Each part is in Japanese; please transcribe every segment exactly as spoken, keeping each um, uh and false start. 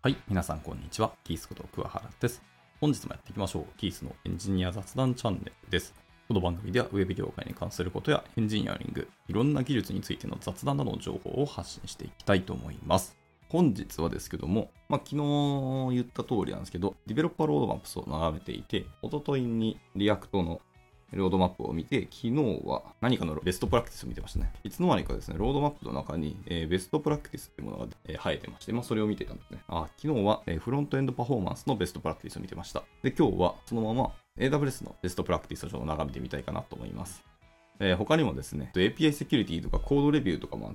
はい、皆さんこんにちは。キースこと桑原です。本日もやっていきましょう。キースのエンジニア雑談チャンネルです。この番組ではウェブ業界に関することやエンジニアリング、いろんな技術についての雑談などの情報を発信していきたいと思います。本日はですけども、まあ、昨日言った通りなんですけど、ディベロッパーロードマップスを眺めていて、一昨日にリアクトのロードマップを見て、昨日は何かのベストプラクティスを見てましたね。いつの間にかですね、ロードマップの中に、えー、ベストプラクティスっていうものが、えー、生えてまして、まあ、それを見てたんですね。あ、昨日は、えー、フロントエンドパフォーマンスのベストプラクティスを見てました。で、今日はそのまま エーダブリューエス のベストプラクティスをちょっと眺めてみたいかなと思います。えー、他にもですね、エーピーアイ セキュリティとかコードレビューとかもあって、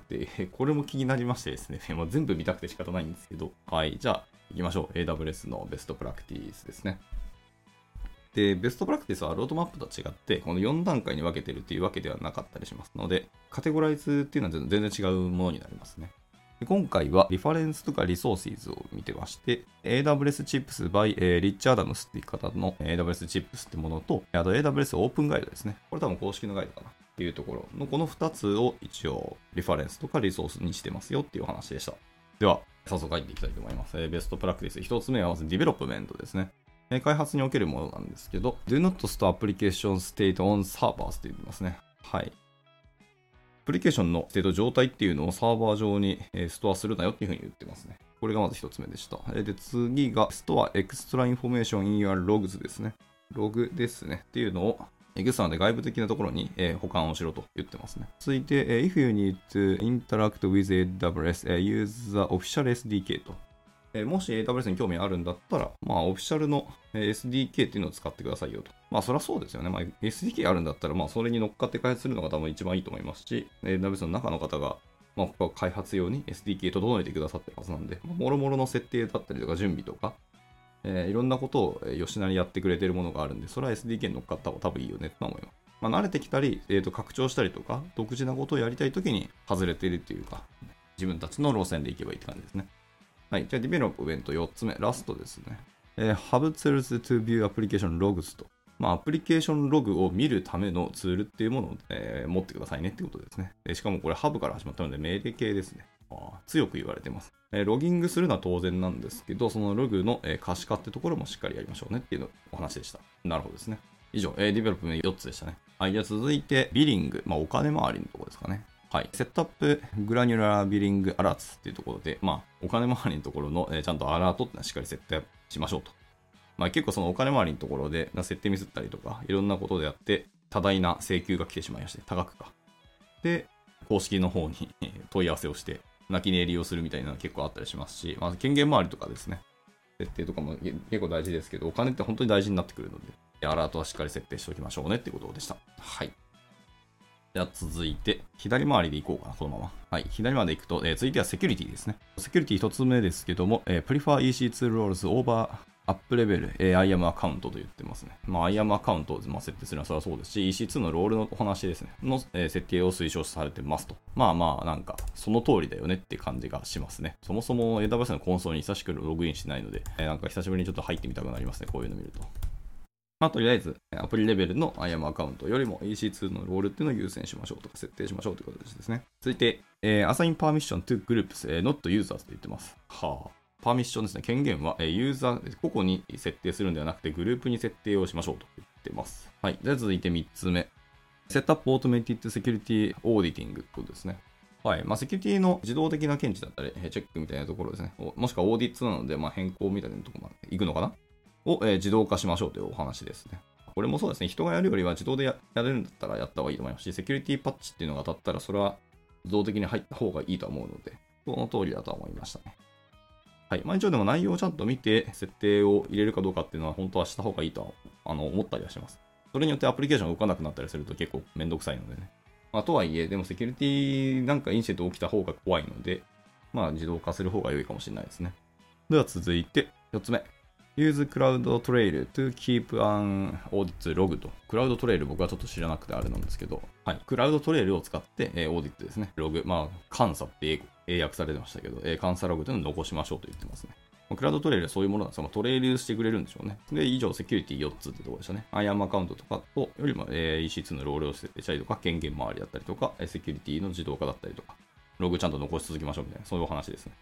これも気になりましてですね、もう全部見たくて仕方ないんですけど、はい、じゃあ行きましょう。エーダブリューエス のベストプラクティスですね。で、ベストプラクティスはロードマップと違って、このよん段階に分けてるっていうわけではなかったりしますので、カテゴライズっていうのは全然違うものになりますね。で今回はリファレンスとかリソーシーズを見てまして、エーダブリューエス Chips by、えー、リッチ・アダムスっていう方の エーダブリューエス Chips ってものと、あと エーダブリューエス オープンガイドですね。これ多分公式のガイドかなっていうところのこのふたつを一応リファレンスとかリソースにしてますよっていうお話でした。では、早速入っていきたいと思います。えー、ベストプラクティスひとつめはまずディベロップメントですね。開発におけるものなんですけど、Do not store application state on servers って言ってますね。はい。アプリケーションのステート状態っていうのをサーバー上にストアするなよっていうふうに言ってますね。これがまず一つ目でした。で、次が Store extra information in your logs ですね。ログですね。っていうのをエクストラで外部的なところに保管をしろと言ってますね。続いて、If you need to interact with エーダブリューエス, use the official エスディーケー と。もし エーダブリューエス に興味あるんだったら、まあ、オフィシャルの エスディーケー っていうのを使ってくださいよと。まあ、そりゃそうですよね。まあ、エスディーケー あるんだったら、まあ、それに乗っかって開発するのが多分一番いいと思いますし、エーダブリューエス の中の方が、まあ、ここは開発用に エスディーケー 整えてくださってるはずなんで、もろもろの設定だったりとか準備とか、えー、いろんなことを吉成やってくれてるものがあるんで、それは エスディーケー に乗っかった方が多分いいよねと思います。まあ、慣れてきたり、えーと、拡張したりとか、独自なことをやりたいときに外れているっていうか、自分たちの路線で行けばいいって感じですね。はい。じゃあ、ディベロップメントよっつめ、ラストですね。えー、Have tools to view application logs と。まあ、アプリケーションログを見るためのツールっていうものを、えー、持ってくださいねってことですね。えー、しかもこれ、ハブから始まったので命令形ですね。あ強く言われてます、えー。ロギングするのは当然なんですけど、そのログの、えー、可視化ってところもしっかりやりましょうねっていうのお話でした。なるほどですね。以上、えー、ディベロップメントよっつでしたね。はい。じゃあ続いて、ビリング。まあ、お金回りのところですかね。はい。セットアップグラニュラービリングアラーツっていうところで、まあ、お金回りのところの、えー、ちゃんとアラートってのはしっかり設定しましょうと。まあ、結構そのお金回りのところで設定ミスったりとか、いろんなことであって、多大な請求が来てしまいまして、多額か。で、公式の方に問い合わせをして、泣き寝入りをするみたいなのが結構あったりしますし、まあ、権限回りとかですね、設定とかも結構大事ですけど、お金って本当に大事になってくるので、アラートはしっかり設定しておきましょうねっていうことでした。はい。じゃあ続いて、左回りでいこうかな、このまま。はい。左まで行くと、えー、続いてはセキュリティですね。セキュリティ一つ目ですけども、えー、Prefer イーシーツー Roles over Up Level、えー、アイアム アカウントと言ってますね。まあ、アイアム アカウントを、まあ、設定するのはそれはそうですし、イーシーツー のロールのお話ですね。の、えー、設定を推奨されてますと。まあまあ、なんか、その通りだよねって感じがしますね。そもそも エーダブリューエス のコンソールに久しくログインしないので、えー、なんか久しぶりにちょっと入ってみたくなりますね。こういうの見ると。まあ、とりあえず、アプリレベルの アイアム アカウントよりも イーシーツー のロールっていうのを優先しましょうとか設定しましょうということですね。続いて、えー、Assign Permission to Groups、えー、not Users と言ってます。はあ。パーミッションですね。権限は、えー、ユーザー、個々に設定するんではなくて、グループに設定をしましょうと言ってます。はい。じゃあ続いてみっつめ。Set up Automated Security Auditing ってことですね。はい。まあ、セキュリティの自動的な検知だったり、チェックみたいなところですね。もしくはオーディットなので、まあ、変更みたいなところまで行くのかなを、えー、自動化しましょうというお話ですね。これもそうですね。人がやるよりは自動で や, やれるんだったらやった方がいいと思いますし、セキュリティパッチっていうのが当たったら、それは自動的に入った方がいいと思うので、その通りだとは思いましたね。はい。まあ、一応でも内容をちゃんと見て、設定を入れるかどうかっていうのは本当はした方がいいとはあの思ったりはします。それによってアプリケーションが動かなくなったりすると結構めんどくさいのでね。まあ、とはいえ、でもセキュリティなんかインシデント起きた方が怖いので、まあ自動化する方が良いかもしれないですね。では続いてよっつめ。Use Cloud Trail to keep an audit log と。クラウドトレイル僕はちょっと知らなくてあれなんですけど、はい。クラウドトレイルを使って、えー、オーディットですね。ログ。まあ、監査って英語、英訳されてましたけど、えー、監査ログというのを残しましょうと言ってますね。クラウドトレイルはそういうものなんですが、トレイルしてくれるんでしょうね。で、以上、セキュリティよっつってところでしたね。アイアム アカウントとかと、よりも、えー、イーシーツー のロールを設定したりとか、権限周りだったりとか、セキュリティの自動化だったりとか、ログちゃんと残し続けましょうみたいな、そういうお話ですね。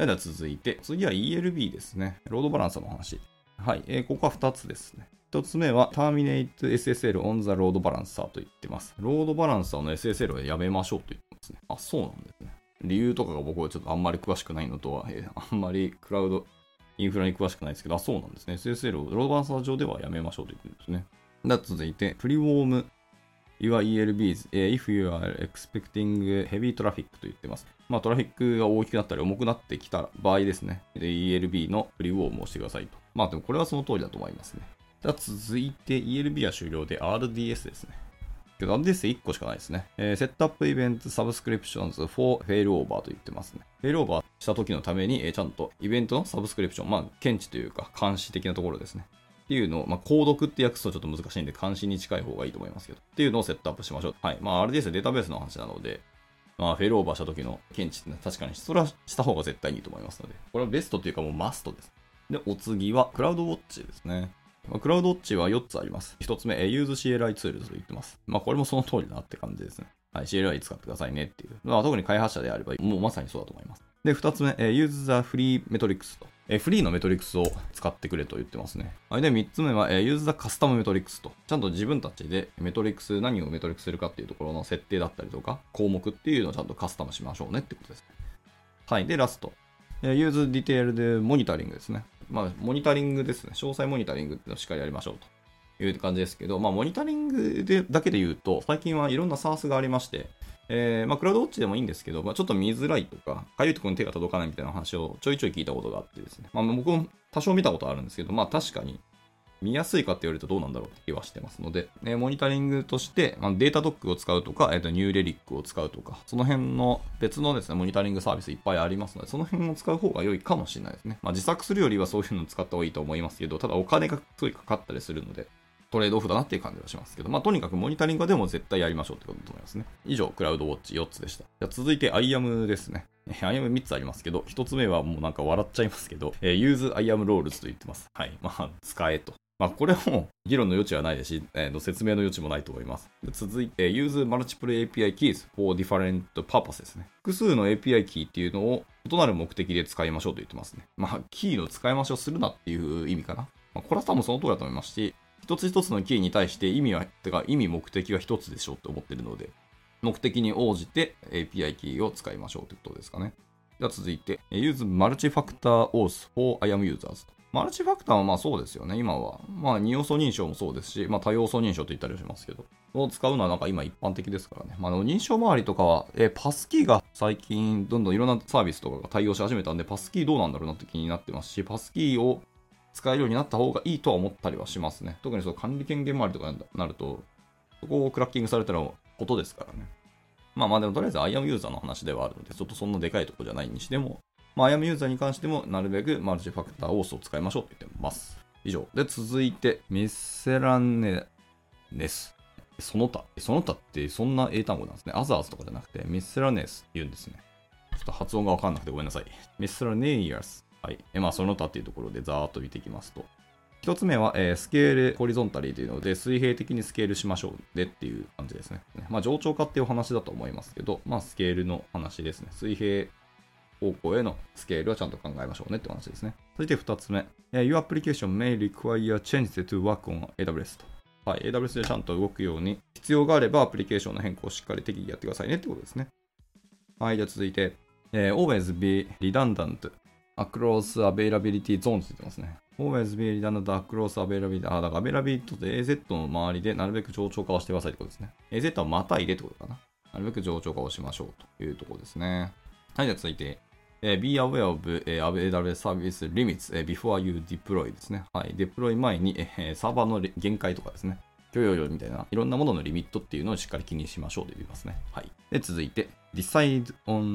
では続いて、次は イーエルビー ですね。ロードバランサーの話。はい。えー、ここはふたつですね。ひとつめは Terminate エスエスエル on the Load Balancer と言ってます。ロードバランサーの エスエスエル をやめましょうと言ってますね。あ、そうなんですね。理由とかが僕はちょっとあんまり詳しくないのとは、えー、あんまりクラウド、インフラに詳しくないですけど、あ、そうなんですね。エスエスエル をロードバランサー上ではやめましょうと言ってるんですね。では続いて、Pre-warm Your イーエルビーズ、if you are expecting heavy traffic と言ってます。まあトラフィックが大きくなったり重くなってきた場合ですね。で イーエルビー のプリウォームをしてくださいと。まあでもこれはその通りだと思いますね。じゃあ続いて イーエルビー は終了で アールディーエス ですね。けど アールディーエスいっこしかないですね。えー、セットアップイベントサブスクリプションズ for failover と言ってますね。フェイルオーバーした時のために、えー、ちゃんとイベントのサブスクリプション、まあ検知というか監視的なところですね。っていうのを、まあ、購読って訳すとちょっと難しいんで、監視に近い方がいいと思いますけど、っていうのをセットアップしましょう。はい。まあ、アールディーエス はデータベースの話なので、まあ、フェイルオーバーした時の検知って確かに、それはした方が絶対にいいと思いますので、これはベストというかもうマストです。で、お次は、クラウドウォッチですね。まあ、クラウドウォッチはよっつあります。ひとつめ、Use シーエルアイ ツールズと言ってます。まあ、これもその通りだなって感じですね。はい。シーエルアイ 使ってくださいねっていう。まあ、特に開発者であれば、もうまさにそうだと思います。で、ふたつめ、Use the Free Metrics と。えフリーのメトリックスを使ってくれと言ってますね。で、みっつめは、え Use the Custom Metrics と。ちゃんと自分たちでメトリックス、何をメトリックスするかっていうところの設定だったりとか、項目っていうのをちゃんとカスタムしましょうねってことですね。はい。で、ラスト。え Use Detailed Monitoring ですね。まあ、モニタリングですね。詳細モニタリングっていうのをしっかりやりましょうという感じですけど、まあ、モニタリングでだけで言うと、最近はいろんな SaaS がありまして、えーまあ、クラウドウォッチでもいいんですけど、まあ、ちょっと見づらいとか、かゆいところに手が届かないみたいな話をちょいちょい聞いたことがあってですね。まあ、僕も多少見たことあるんですけど、まあ確かに見やすいかって言われるとどうなんだろうって気はしてますので、えー、モニタリングとして、まあ、データドックを使うとか、えーと、ニューレリックを使うとか、その辺の別のですね、モニタリングサービスいっぱいありますので、その辺を使う方が良いかもしれないですね。まあ自作するよりはそういうのを使った方がいいと思いますけど、ただお金がすごいかかったりするので、トレードオフだなっていう感じはしますけど、まあとにかくモニタリングはでも絶対やりましょうってことだと思いますね。以上、クラウドウォッチよっつでした。じゃあ続いて アイアム ですね。アイアムみっつありますけど、ひとつめはもうなんか笑っちゃいますけど、えー、Use アイアム Roles と言ってます。はい。まあ、使えと。まあ、これも議論の余地はないですし、えー、説明の余地もないと思います。続いて、Use Multiple エーピーアイ Keys for Different Purpose ですね。複数の エーピーアイ キーっていうのを異なる目的で使いましょうと言ってますね。まあ、キーの使い回しをするなっていう意味かな。まあ、これは多分その通りだと思いますし、一つ一つのキーに対して意味は、てか意味目的は一つでしょうって思ってるので、目的に応じて エーピーアイ キーを使いましょうということですかね。では続いて、Use Multi-Factor Auth for アイアム Users。マルチファクターはまあそうですよね、今は。まあ二要素認証もそうですし、まあ多要素認証と言ったりしますけど、を使うのはなんか今一般的ですからね。まあ、認証周りとかは、えー、パスキーが最近どんどんいろんなサービスとかが対応し始めたんで、パスキーどうなんだろうなって気になってますし、パスキーを使えるようになった方がいいとは思ったりはしますね。特にその管理権限周りとかになると、そこをクラッキングされたらことですからね。まあまあでもとりあえず アイアム ユーザーの話ではあるので、ちょっとそんなでかいところじゃないにしても、まあ、アイアム ユーザーに関してもなるべくマルチファクターオースを使いましょうと言ってます。以上。で、続いて、ミセラネネス。その他。その他ってそんな英単語なんですね。アザーズとかじゃなくて、ミセラネスって言うんですね。ちょっと発音がわかんなくてごめんなさい。ミセラネイアス。はい。えまあ、その他っていうところでざーっと見ていきますと。一つ目は、えー、スケールホリゾンタリーというので、水平的にスケールしましょうでっていう感じですね。まあ、冗長化っていうお話だと思いますけど、まあ、スケールの話ですね。水平方向へのスケールはちゃんと考えましょうねって話ですね。続いてふたつめ。Your application may require changes to work on エーダブリューエス と。はい。エーダブリューエス でちゃんと動くように、必要があればアプリケーションの変更をしっかり適宜やってくださいねってことですね。はい。じゃあ続いて、always be redundant across availability zones と言ってますね。always be redundant across availability。あ、だから availability と エーゼット の周りでなるべく冗長化をしてくださいってことですね。エーゼット はまたいでってことかな。なるべく冗長化をしましょうというところですね。はい。じゃあ続いて、be aware of エーダブリューエス service limits before you deploy ですね。はい。デプロイ前にサーバーの限界とかですね。許容量みたいな、いろんなもののリミットっていうのをしっかり気にしましょうと言いますね。はい。で、続いて、decide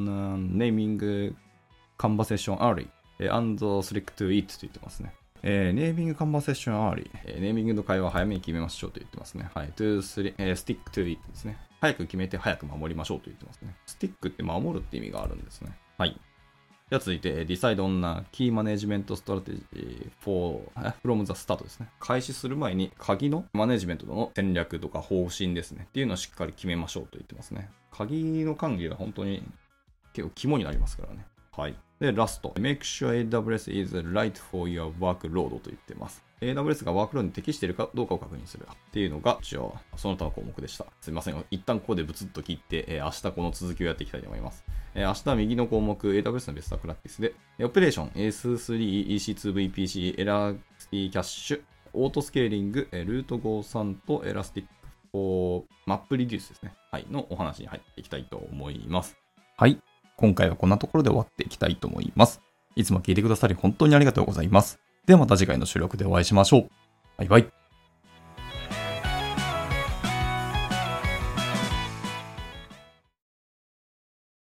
on naming conversation early and strict to it と言ってますね。えー、ネーミングカンバセッションアーリー、えー。ネーミングの会話を早めに決めましょうと言ってますね。はい。to stick to it ですね。早く決めて早く守りましょうと言ってますね。スティックって守るって意味があるんですね。はい。では続いて、Decide on Key Management Strategy for from the start ですね。開始する前に鍵のマネジメントの戦略とか方針ですね。っていうのをしっかり決めましょうと言ってますね。鍵の管理は本当に結構肝になりますからね。 はい。で、ラスト。Make sure エーダブリューエス is right for your workload と言ってます。エーダブリューエス がワークロードに適しているかどうかを確認するっていうのが、じゃあ、その他の項目でした。すいません。一旦ここでブツッと切って、えー、明日この続きをやっていきたいと思います。えー、明日は右の項目、エーダブリューエス のベストプラクティスで、オペレーション、エススリー、イーシーツーブイピーシー、エラスティキャッシュ、オートスケーリング、ルートごじゅうさんとエラスティックフォーマップリデュースですね。はい。のお話に入っていきたいと思います。はい。今回はこんなところで終わっていきたいと思います。いつも聞いてくださり本当にありがとうございます。ではまた次回の収録でお会いしましょう。バイバイ。